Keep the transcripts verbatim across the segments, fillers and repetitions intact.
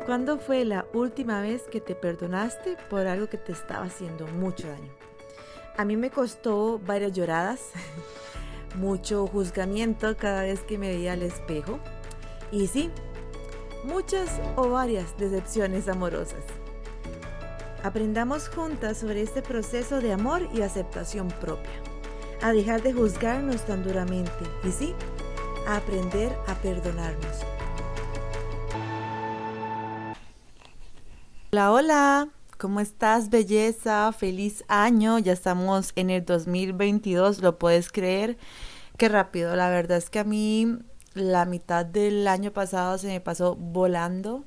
¿Cuándo fue la última vez que te perdonaste por algo que te estaba haciendo mucho daño? A mí me costó varias lloradas, mucho juzgamiento cada vez que me veía al espejo y sí, muchas o varias decepciones amorosas. Aprendamos juntas sobre este proceso de amor y aceptación propia, a dejar de juzgarnos tan duramente y sí, a aprender a perdonarnos. Hola, hola, ¿cómo estás, belleza? Feliz año, ya estamos en el dos mil veintidós, ¿lo puedes creer? Qué rápido, la verdad es que a mí la mitad del año pasado se me pasó volando.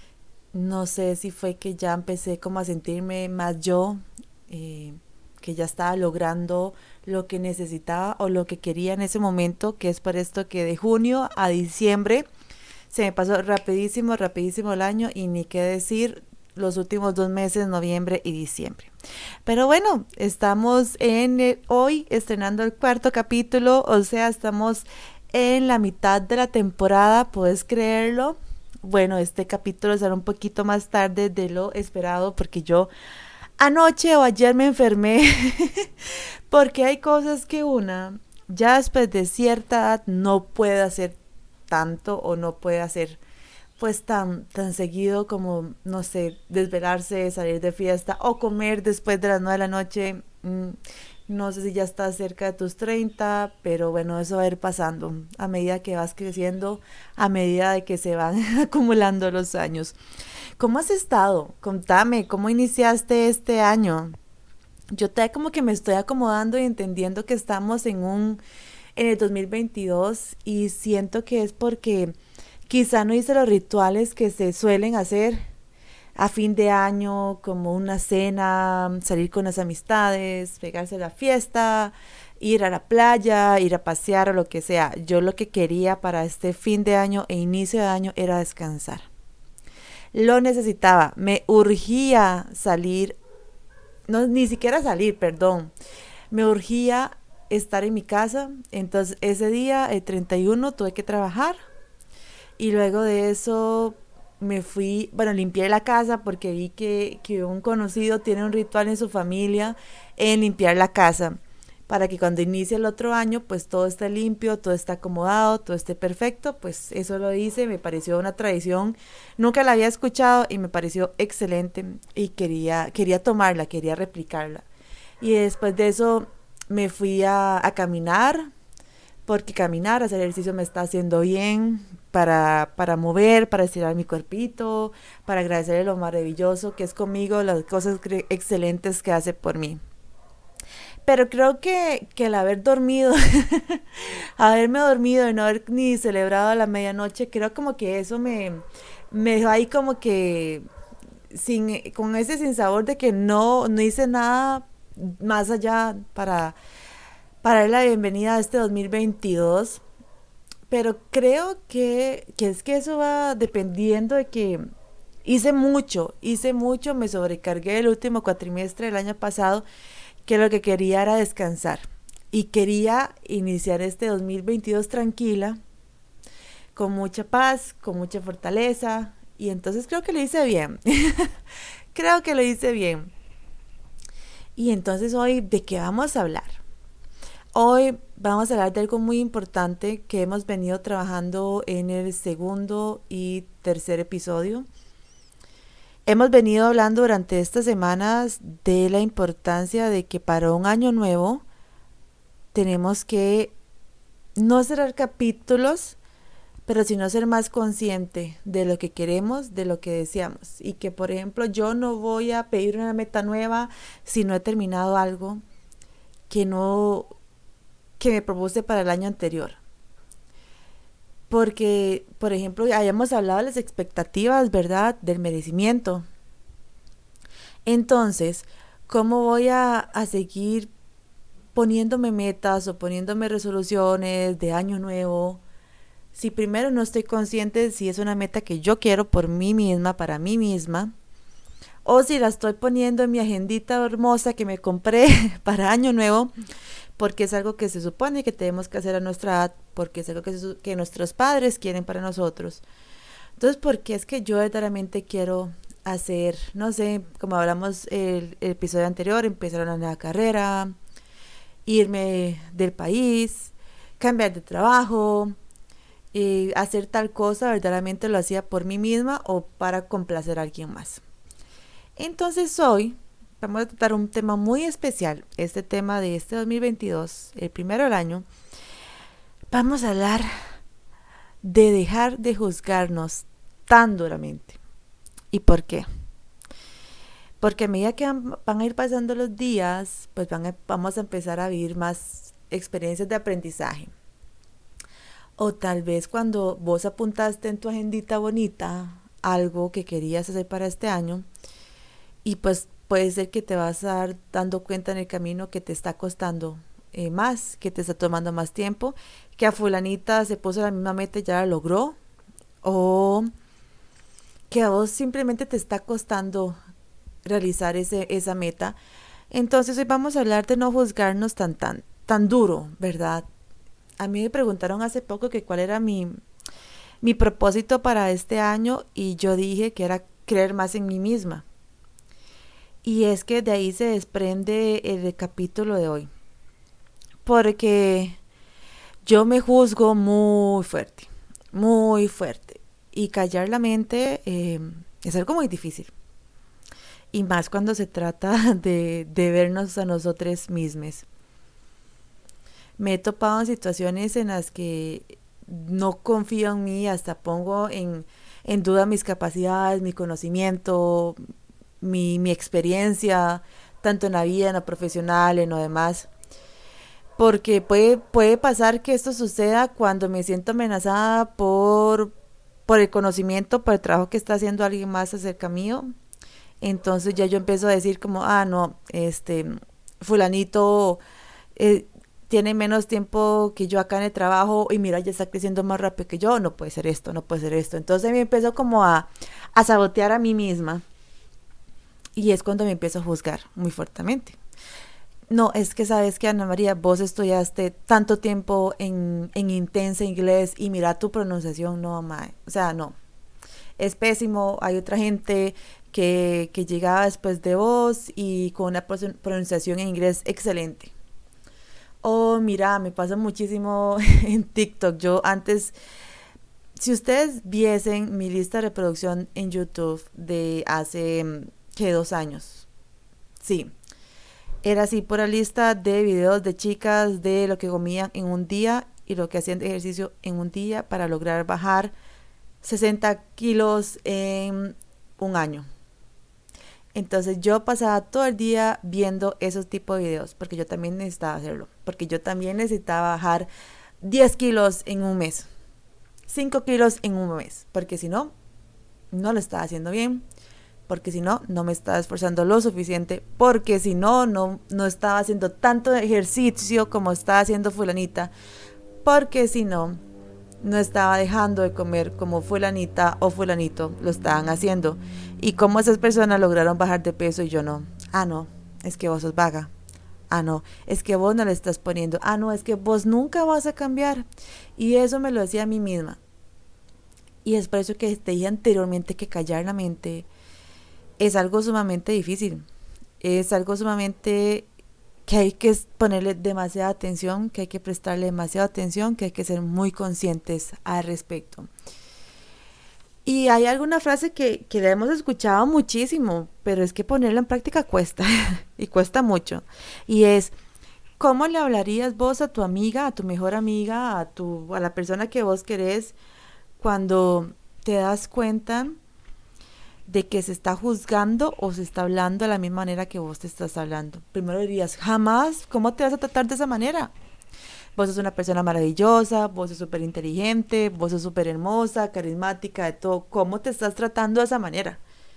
No sé si fue que ya empecé como a sentirme más yo, eh, que ya estaba logrando lo que necesitaba o lo que quería en ese momento, que es por esto que de junio a diciembre se me pasó rapidísimo, rapidísimo el año y ni qué decir los últimos dos meses, noviembre y diciembre. Pero bueno, estamos en el, hoy estrenando el cuarto capítulo, o sea, estamos en la mitad de la temporada, ¿puedes creerlo? Bueno, este capítulo será un poquito más tarde de lo esperado porque yo anoche o ayer me enfermé porque hay cosas que una ya después de cierta edad no puede hacer tanto o no puede hacer pues tan, tan seguido como, no sé, desvelarse, salir de fiesta o comer después de las nueve de la noche. Mm, no sé si ya estás cerca de tus treinta, pero bueno, eso va a ir pasando a medida que vas creciendo, a medida de que se van acumulando los años. ¿Cómo has estado? Contame, ¿cómo iniciaste este año? Yo te como que me estoy acomodando y entendiendo que estamos en un, en el dos mil veintidós y siento que es porque quizá no hice los rituales que se suelen hacer a fin de año, como una cena, salir con las amistades, pegarse a la fiesta, ir a la playa, ir a pasear o lo que sea. Yo lo que quería para este fin de año e inicio de año era descansar. Lo necesitaba, me urgía salir, no, ni siquiera salir, perdón, me urgía estar en mi casa. Entonces ese día, el treinta y uno, tuve que trabajar. Y luego de eso me fui, bueno, limpié la casa porque vi que, que un conocido tiene un ritual en su familia en limpiar la casa para que cuando inicie el otro año pues todo esté limpio, todo esté acomodado, todo esté perfecto. Pues eso lo hice, me pareció una tradición, nunca la había escuchado y me pareció excelente y quería, quería tomarla, quería replicarla. Y después de eso me fui a, a caminar, porque caminar, hacer ejercicio me está haciendo bien para, para mover, para estirar mi cuerpito, para agradecerle lo maravilloso que es conmigo, las cosas cre- excelentes que hace por mí. Pero creo que, que el haber dormido, haberme dormido y no haber ni celebrado a la medianoche, creo como que eso me, me dejó ahí como que sin, con ese sinsabor de que no, no hice nada más allá para para dar la bienvenida a este dos mil veintidós, pero creo que, que es que eso va dependiendo de que hice mucho, hice mucho, me sobrecargué el último cuatrimestre del año pasado, que lo que quería era descansar y quería iniciar este dos mil veintidós tranquila, con mucha paz, con mucha fortaleza, y entonces creo que lo hice bien, creo que lo hice bien. Y entonces hoy, ¿de qué vamos a hablar? Hoy vamos a hablar de algo muy importante que hemos venido trabajando en el segundo y tercer episodio. Hemos venido hablando durante estas semanas de la importancia de que para un año nuevo tenemos que no cerrar capítulos, pero sino ser más consciente de lo que queremos, de lo que deseamos. Y que, por ejemplo, yo no voy a pedir una meta nueva si no he terminado algo que no... que me propuse para el año anterior. Porque, por ejemplo, hayamos hablado de las expectativas, ¿verdad? Del merecimiento. Entonces, ¿cómo voy a, a seguir poniéndome metas o poniéndome resoluciones de año nuevo si primero no estoy consciente de si es una meta que yo quiero por mí misma, para mí misma, o si la estoy poniendo en mi agendita hermosa que me compré para año nuevo, porque es algo que se supone que tenemos que hacer a nuestra edad, porque es algo que, se, que nuestros padres quieren para nosotros. Entonces, ¿por qué es que yo verdaderamente quiero hacer, no sé, como hablamos el, el episodio anterior, empezar una nueva carrera, irme del país, cambiar de trabajo, eh, hacer tal cosa, verdaderamente lo hacía por mí misma o para complacer a alguien más? Entonces hoy vamos a tratar un tema muy especial, este tema de este dos mil veintidós, el primero del año. Vamos a hablar de dejar de juzgarnos tan duramente. ¿Y por qué? Porque a medida que van, van a ir pasando los días, pues van a, vamos a empezar a vivir más experiencias de aprendizaje. O tal vez cuando vos apuntaste en tu agendita bonita algo que querías hacer para este año, y pues puede ser que te vas a dar dando cuenta en el camino que te está costando eh, más, que te está tomando más tiempo, que a fulanita se puso la misma meta y ya la logró, o que a vos simplemente te está costando realizar ese, esa meta. Entonces hoy vamos a hablar de no juzgarnos tan, tan, tan duro, ¿verdad? A mí me preguntaron hace poco que cuál era mi, mi propósito para este año y yo dije que era creer más en mí misma. Y es que de ahí se desprende el capítulo de hoy. Porque yo me juzgo muy fuerte, muy fuerte. Y callar la mente eh, es algo muy difícil. Y más cuando se trata de, de vernos a nosotros mismos. Me he topado en situaciones en las que no confío en mí, hasta pongo en, en duda mis capacidades, mi conocimiento, mi, mi experiencia, tanto en la vida, en lo profesional, en lo demás. Porque puede, puede pasar que esto suceda cuando me siento amenazada por, por el conocimiento, por el trabajo que está haciendo alguien más acerca mío. Entonces ya yo empiezo a decir como, ah, no, este, fulanito eh, tiene menos tiempo que yo acá en el trabajo y mira, ya está creciendo más rápido que yo, no puede ser esto, no puede ser esto. Entonces me empiezo como a, a sabotear a mí misma y es cuando me empiezo a juzgar muy fuertemente. No, es que sabes que Ana María, vos estudiaste tanto tiempo en, en intensa inglés y mira tu pronunciación, no, mae. O sea, no, es pésimo. Hay otra gente que, que llegaba después de vos y con una pronunciación en inglés excelente. Oh, mira, me pasa muchísimo en TikTok. Yo antes, si ustedes viesen mi lista de reproducción en YouTube de hace, ¿qué? Dos años. Sí, era así por la lista de videos de chicas de lo que comían en un día y lo que hacían de ejercicio en un día para lograr bajar sesenta kilos en un año. Entonces yo pasaba todo el día viendo esos tipos de videos porque yo también necesitaba hacerlo, porque yo también necesitaba bajar diez kilos en un mes, cinco kilos en un mes, porque si no, no lo estaba haciendo bien, porque si no, no me estaba esforzando lo suficiente, porque si no, no, no estaba haciendo tanto ejercicio como estaba haciendo fulanita, porque si no, no estaba dejando de comer como fulanita o fulanito lo estaban haciendo. Y cómo esas personas lograron bajar de peso y yo no. Ah, no, es que vos sos vaga. Ah, no, es que vos no le estás poniendo. Ah, no, es que vos nunca vas a cambiar. Y eso me lo decía a mí misma. Y es por eso que te dije anteriormente que callar la mente es algo sumamente difícil. Es algo sumamente que hay que ponerle demasiada atención, que hay que prestarle demasiada atención, que hay que ser muy conscientes al respecto. Y hay alguna frase que, que la hemos escuchado muchísimo, pero es que ponerla en práctica cuesta, y cuesta mucho. Y es, ¿cómo le hablarías vos a tu amiga, a tu mejor amiga, a, tu, a la persona que vos querés, cuando te das cuenta de que se está juzgando o se está hablando de la misma manera que vos te estás hablando? Primero dirías, jamás, ¿cómo te vas a tratar de esa manera? Vos sos una persona maravillosa, vos sos súper inteligente, vos sos súper hermosa, carismática, de todo. ¿Cómo te estás tratando de esa manera?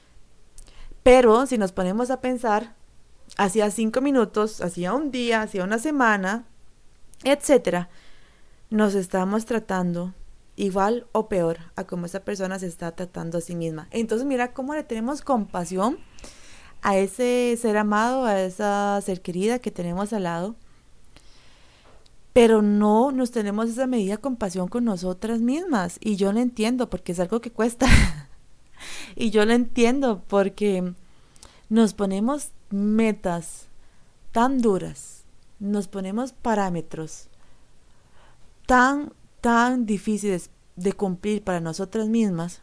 Pero si nos ponemos a pensar, hacía cinco minutos, hacía un día, hacía una semana, etcétera, nos estamos tratando igual o peor a cómo esa persona se está tratando a sí misma. Entonces mira cómo le tenemos compasión a ese ser amado, a esa ser querida que tenemos al lado, pero no nos tenemos esa medida de compasión con nosotras mismas. Y yo lo entiendo porque es algo que cuesta. Y yo lo entiendo porque nos ponemos metas tan duras, nos ponemos parámetros tan, tan difíciles de cumplir para nosotras mismas,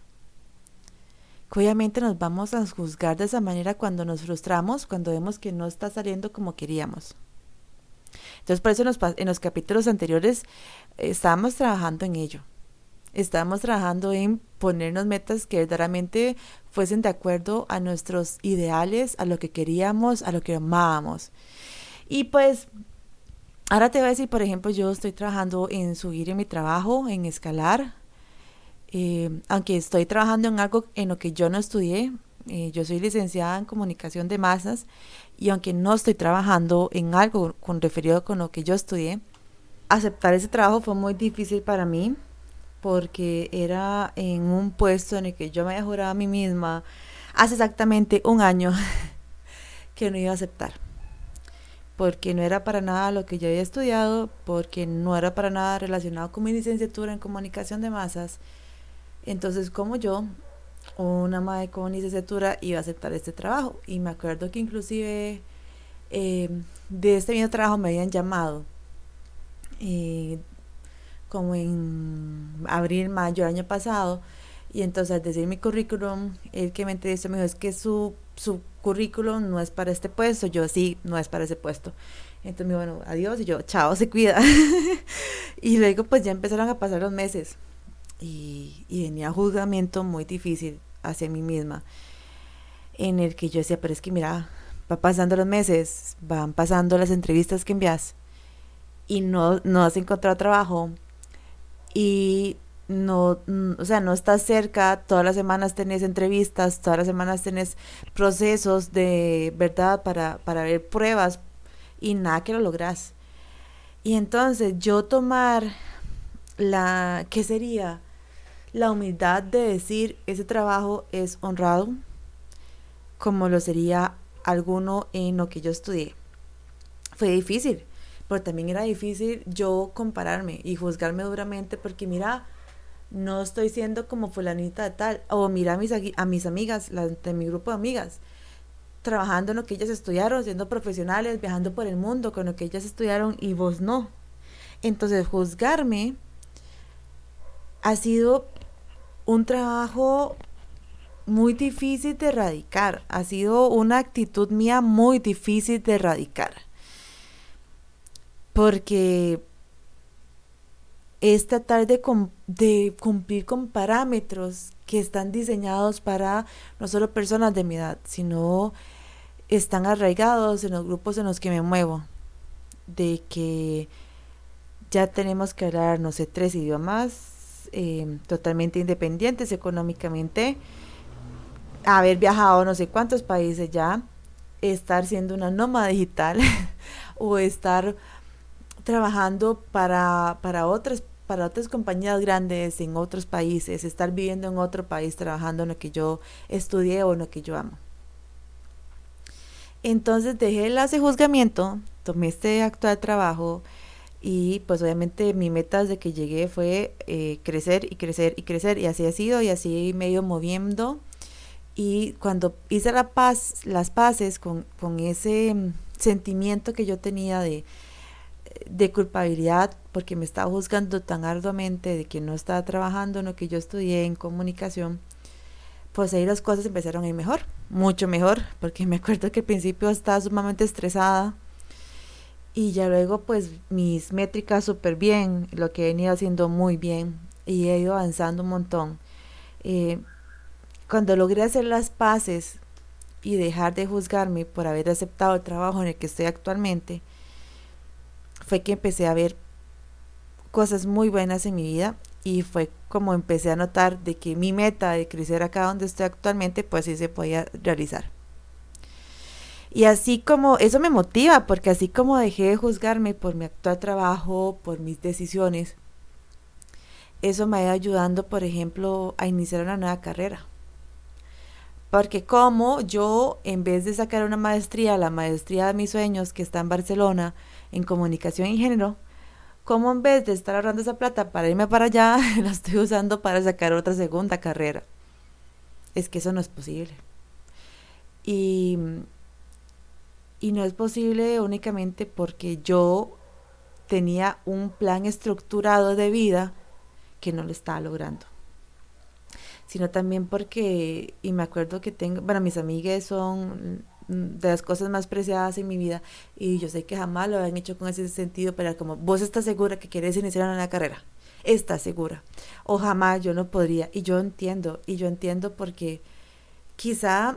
que obviamente nos vamos a juzgar de esa manera cuando nos frustramos, cuando vemos que no está saliendo como queríamos. Entonces, por eso en los, en los capítulos anteriores eh, estábamos trabajando en ello. Estábamos trabajando en ponernos metas que verdaderamente fuesen de acuerdo a nuestros ideales, a lo que queríamos, a lo que amábamos. Y pues, ahora te voy a decir, por ejemplo, yo estoy trabajando en subir en mi trabajo, en escalar. Eh, aunque estoy trabajando en algo en lo que yo no estudié, eh, yo soy licenciada en comunicación de masas, y aunque no estoy trabajando en algo con referido con lo que yo estudié, aceptar ese trabajo fue muy difícil para mí, porque era en un puesto en el que yo me había jurado a mí misma hace exactamente un año que no iba a aceptar, porque no era para nada lo que yo había estudiado, porque no era para nada relacionado con mi licenciatura en comunicación de masas. Entonces, como yo, una madre con licenciatura, iba a aceptar este trabajo. Y me acuerdo que inclusive eh, de este mismo trabajo me habían llamado eh, como en abril, mayo del año pasado. Y entonces, al decir mi currículum, el que me entrevistó me dijo, es que su, su currículum no es para este puesto. Yo, sí, no es para ese puesto. Entonces me dijo, bueno, adiós. Y yo, chao, se cuida. Y luego pues ya empezaron a pasar los meses. Y, y venía un juzgamiento muy difícil hacia mí misma, en el que yo decía, pero es que mira, va pasando los meses, van pasando las entrevistas que envías y no, no has encontrado trabajo, y no, mm, o sea, no estás cerca, todas las semanas tenés entrevistas, todas las semanas tenés procesos de verdad para, para ver pruebas, y nada que lo logras. Y entonces yo tomar la, ¿qué sería? La humildad de decir, ese trabajo es honrado, como lo sería alguno en lo que yo estudié. Fue difícil, pero también era difícil yo compararme y juzgarme duramente, porque mira, no estoy siendo como fulanita de tal, o mira a mis, a mis amigas, las de mi grupo de amigas, trabajando en lo que ellas estudiaron, siendo profesionales, viajando por el mundo con lo que ellas estudiaron, y vos no. Entonces, juzgarme ha sido un trabajo muy difícil de erradicar, ha sido una actitud mía muy difícil de erradicar, porque es tratar de, com- de cumplir con parámetros que están diseñados para no solo personas de mi edad, sino están arraigados en los grupos en los que me muevo, de que ya tenemos que hablar, no sé, tres idiomas, eh, totalmente independientes económicamente, haber viajado no sé cuántos países ya, estar siendo una nómada digital o estar trabajando para, para otras para otras compañías grandes en otros países, estar viviendo en otro país trabajando en lo que yo estudié o en lo que yo amo. Entonces dejé el hace juzgamiento, tomé este actual trabajo, y pues obviamente mi meta desde que llegué fue eh, crecer y crecer y crecer, y así ha sido, y así me he ido moviendo. Y cuando hice la paz, las paces con, con ese mm, sentimiento que yo tenía de, de culpabilidad, porque me estaba juzgando tan arduamente de que no estaba trabajando en lo que yo estudié en comunicación, pues ahí las cosas empezaron a ir mejor, mucho mejor, porque me acuerdo que al principio estaba sumamente estresada, y ya luego pues mis métricas súper bien, lo que he venido haciendo muy bien, y he ido avanzando un montón. Eh, Cuando logré hacer las paces y dejar de juzgarme por haber aceptado el trabajo en el que estoy actualmente, fue que empecé a ver cosas muy buenas en mi vida, y fue como empecé a notar de que mi meta de crecer acá donde estoy actualmente pues sí se podía realizar. Y así como eso me motiva, porque así como dejé de juzgarme por mi actual trabajo, por mis decisiones, eso me ha ido ayudando, por ejemplo, a iniciar una nueva carrera. Porque como yo, en vez de sacar una maestría, la maestría de mis sueños, que está en Barcelona, en comunicación y género, ¿Cómo en vez de estar ahorrando esa plata para irme para allá, la estoy usando para sacar otra segunda carrera? Es que eso no es posible. Y, y no es posible únicamente porque yo tenía un plan estructurado de vida que no lo estaba logrando, sino también porque, y me acuerdo que tengo, bueno, mis amigas son de las cosas más preciadas en mi vida y yo sé que jamás lo habían hecho con ese sentido, pero como, vos estás segura que quieres iniciar una carrera, estás segura, o jamás yo no podría, y yo entiendo, y yo entiendo porque quizá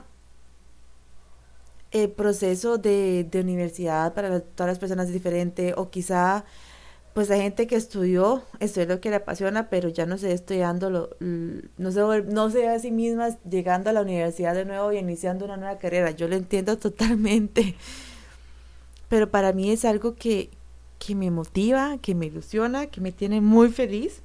el proceso de, de universidad para la- todas las personas es diferente, o quizá pues hay gente que estudió, estudió lo que le apasiona, pero ya no se ve estudiando, lo, l- no se, vuel- no se ve a sí misma llegando a la universidad de nuevo y iniciando una nueva carrera. Yo lo entiendo totalmente, pero para mí es algo que, que me motiva, que me ilusiona, que me tiene muy feliz.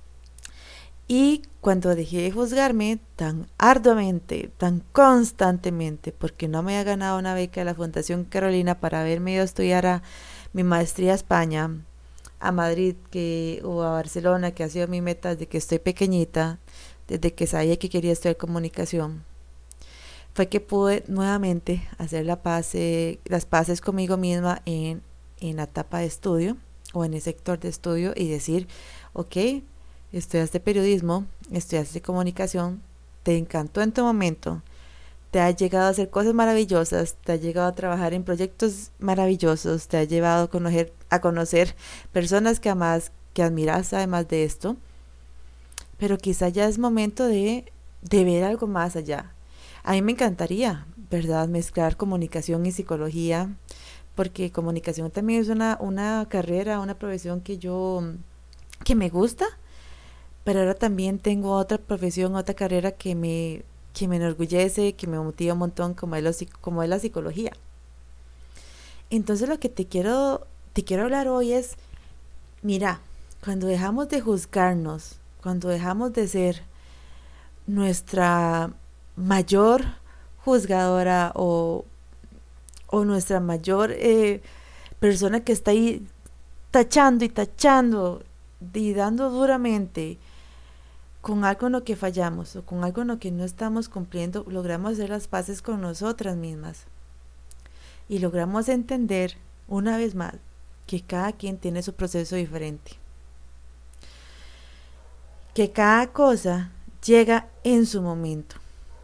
Y cuando dejé de juzgarme tan arduamente, tan constantemente, porque no me había ganado una beca de la Fundación Carolina para haberme ido a estudiar a mi maestría a España, a Madrid que, o a Barcelona, que ha sido mi meta desde que estoy pequeñita, desde que sabía que quería estudiar comunicación, fue que pude nuevamente hacer la paz, eh, las paces conmigo misma en, en la etapa de estudio o en el sector de estudio y decir, ok, estudiaste periodismo, estudiaste comunicación, te encantó en tu momento, te ha llegado a hacer cosas maravillosas, te ha llegado a trabajar en proyectos maravillosos, te ha llevado a conocer, a conocer personas que amas, que admiras además de esto, pero quizá ya es momento de, de ver algo más allá. A mí me encantaría, ¿verdad?, mezclar comunicación y psicología, porque comunicación también es una, una carrera, una profesión que yo, que me gusta, pero ahora también tengo otra profesión, otra carrera que me, que me enorgullece, que me motiva un montón, como es, lo, como es la psicología. Entonces lo que te quiero, te quiero hablar hoy es, mira, cuando dejamos de juzgarnos, cuando dejamos de ser nuestra mayor juzgadora o, o nuestra mayor eh, persona que está ahí tachando y tachando y dando duramente con algo en lo que fallamos o con algo en lo que no estamos cumpliendo, logramos hacer las paces con nosotras mismas y logramos entender una vez más que cada quien tiene su proceso diferente, que cada cosa llega en su momento,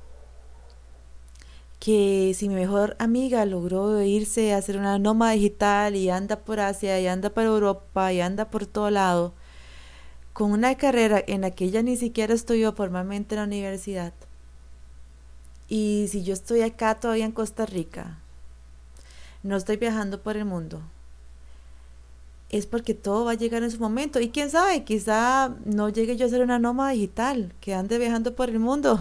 que si mi mejor amiga logró irse a hacer una nómada digital y anda por Asia y anda por Europa y anda por todo lado, con una carrera en la que ella ni siquiera estudió formalmente en la universidad, y si yo estoy acá todavía en Costa Rica, no estoy viajando por el mundo, es porque todo va a llegar en su momento. Y quién sabe, quizá no llegue yo a ser una nómada digital, que ande viajando por el mundo.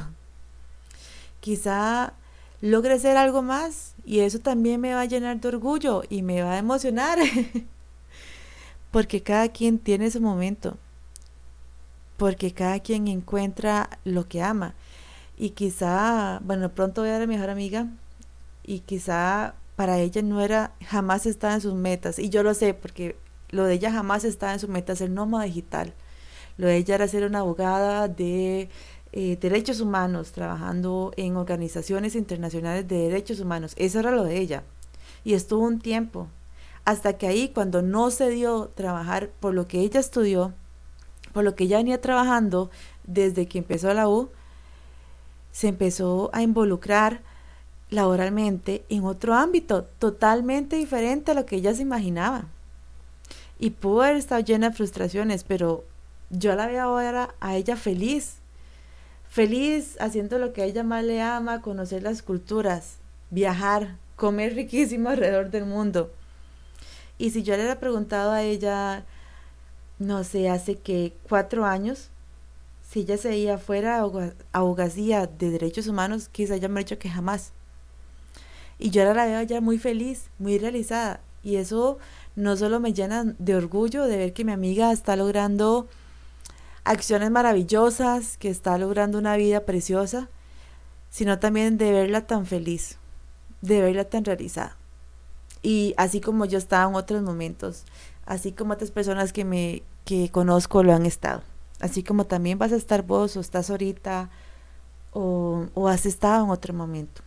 Quizá logre ser algo más y eso también me va a llenar de orgullo y me va a emocionar. Porque cada quien tiene su momento. Porque cada quien encuentra lo que ama. Y quizá, bueno, pronto voy a ver a mi mejor amiga y quizá para ella no era, jamás estaba en sus metas. Y yo lo sé porque lo de ella jamás estaba en su meta ser nómada digital. Lo de ella era ser una abogada de eh, derechos humanos, trabajando en organizaciones internacionales de derechos humanos. Eso era lo de ella. Y estuvo un tiempo. Hasta que ahí, cuando no se dio trabajar por lo que ella estudió, por lo que ella venía trabajando desde que empezó la U, se empezó a involucrar laboralmente en otro ámbito totalmente diferente a lo que ella se imaginaba. Y pudo haber estado llena de frustraciones, pero yo la veo ahora a ella feliz, feliz haciendo lo que a ella más le ama, conocer las culturas, viajar, comer riquísimo alrededor del mundo. Y si yo le hubiera preguntado a ella, no sé, hace que cuatro años, si ella se veía fuera abogacía de derechos humanos, quizá ella me ha dicho que jamás. Y yo ahora la veo ya muy feliz, muy realizada. Y eso no solo me llena de orgullo de ver que mi amiga está logrando acciones maravillosas, que está logrando una vida preciosa, sino también de verla tan feliz, de verla tan realizada. Y así como yo estaba en otros momentos, así como otras personas que me que conozco lo han estado, así como también vas a estar vos o estás ahorita o, o has estado en otro momento.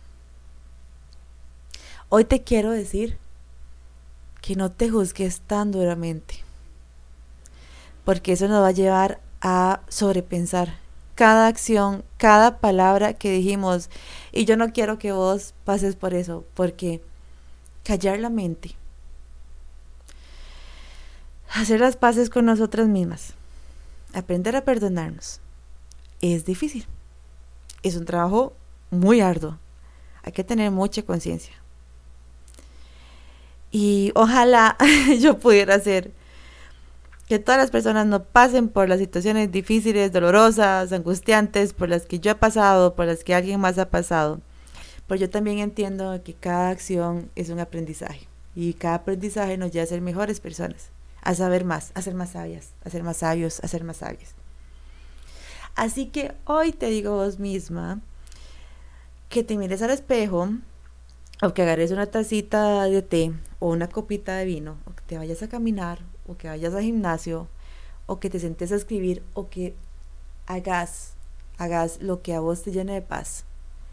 Hoy te quiero decir que no te juzgues tan duramente, porque eso nos va a llevar a sobrepensar cada acción, cada palabra que dijimos. Y yo no quiero que vos pases por eso, porque callar la mente, hacer las paces con nosotras mismas, aprender a perdonarnos, es difícil. Es un trabajo muy arduo. Hay que tener mucha conciencia. Y ojalá yo pudiera hacer que todas las personas no pasen por las situaciones difíciles, dolorosas, angustiantes, por las que yo he pasado, por las que alguien más ha pasado. Pero yo también entiendo que cada acción es un aprendizaje. Y cada aprendizaje nos lleva a ser mejores personas, a saber más, a ser más sabias, a ser más sabios, a ser más sabios. Así que hoy te digo a vos misma que te mires al espejo, o que agarres una tacita de té o una copita de vino, o que te vayas a caminar, o que vayas al gimnasio, o que te sientes a escribir, o que hagas, hagas lo que a vos te llene de paz.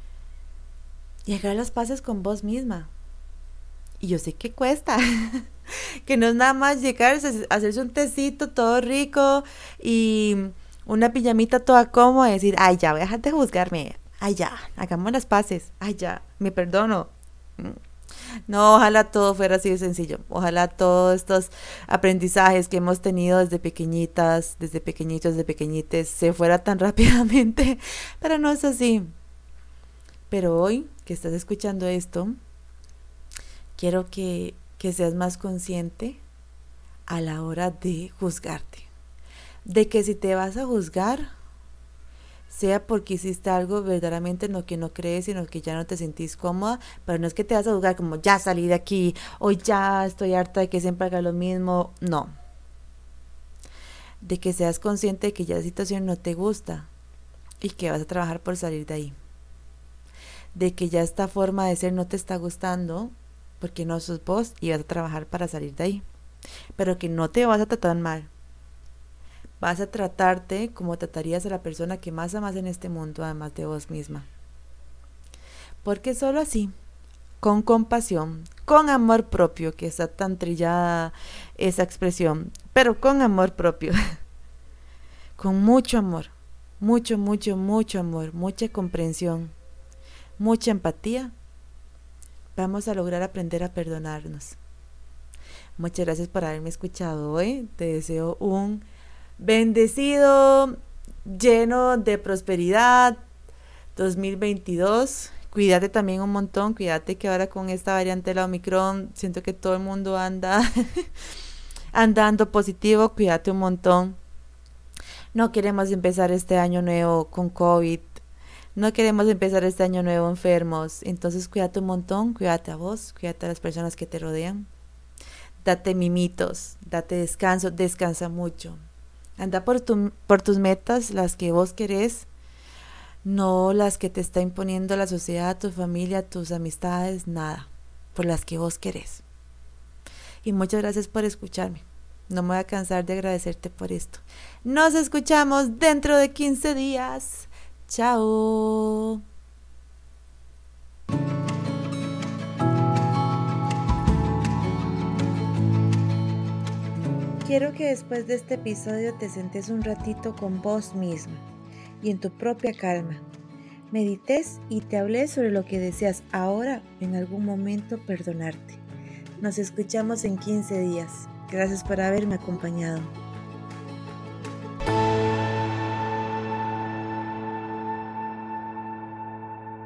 Y hagas las paces con vos misma. Y yo sé que cuesta, que no es nada más llegar a hacerse un tecito todo rico y una pijamita toda cómoda y decir, ay ya, voy a dejar de juzgarme, ay ya, hagamos las paces, ay ya, me perdono. No, ojalá todo fuera así de sencillo. Ojalá todos estos aprendizajes que hemos tenido desde pequeñitas, desde pequeñitos, desde pequeñites, se fuera tan rápidamente, pero no es así. Pero hoy que estás escuchando esto, quiero que, que seas más consciente a la hora de juzgarte. De que si te vas a juzgar, sea porque hiciste algo verdaderamente en lo que no crees, sino que ya no te sentís cómoda, pero no es que te vas a juzgar como ya salí de aquí, o ya estoy harta de que siempre haga lo mismo, no. De que seas consciente de que ya la situación no te gusta y que vas a trabajar por salir de ahí. De que ya esta forma de ser no te está gustando porque no sos vos y vas a trabajar para salir de ahí. Pero que no te vas a tratar mal. Vas a tratarte como tratarías a la persona que más amas en este mundo, además de vos misma. Porque solo así, con compasión, con amor propio, que está tan trillada esa expresión, pero con amor propio, con mucho amor, mucho, mucho, mucho amor, mucha comprensión, mucha empatía, vamos a lograr aprender a perdonarnos. Muchas gracias por haberme escuchado hoy. Te deseo un bendecido, lleno de prosperidad dos mil veintidós. Cuídate también un montón, cuídate que ahora con esta variante de la Omicron siento que todo el mundo anda andando positivo, cuídate un montón. No queremos empezar este año nuevo con COVID, no queremos empezar este año nuevo enfermos, entonces cuídate un montón, cuídate a vos, cuídate a las personas que te rodean. Date mimitos, date descanso, descansa mucho. Anda por, tu, por tus metas, las que vos querés, no las que te está imponiendo la sociedad, tu familia, tus amistades, nada, por las que vos querés. Y muchas gracias por escucharme. No me voy a cansar de agradecerte por esto. Nos escuchamos dentro de quince días. Chao. Quiero que después de este episodio te sentes un ratito con vos mismo y en tu propia calma. Medites y te hables sobre lo que deseas ahora o en algún momento perdonarte. Nos escuchamos en quince días. Gracias por haberme acompañado.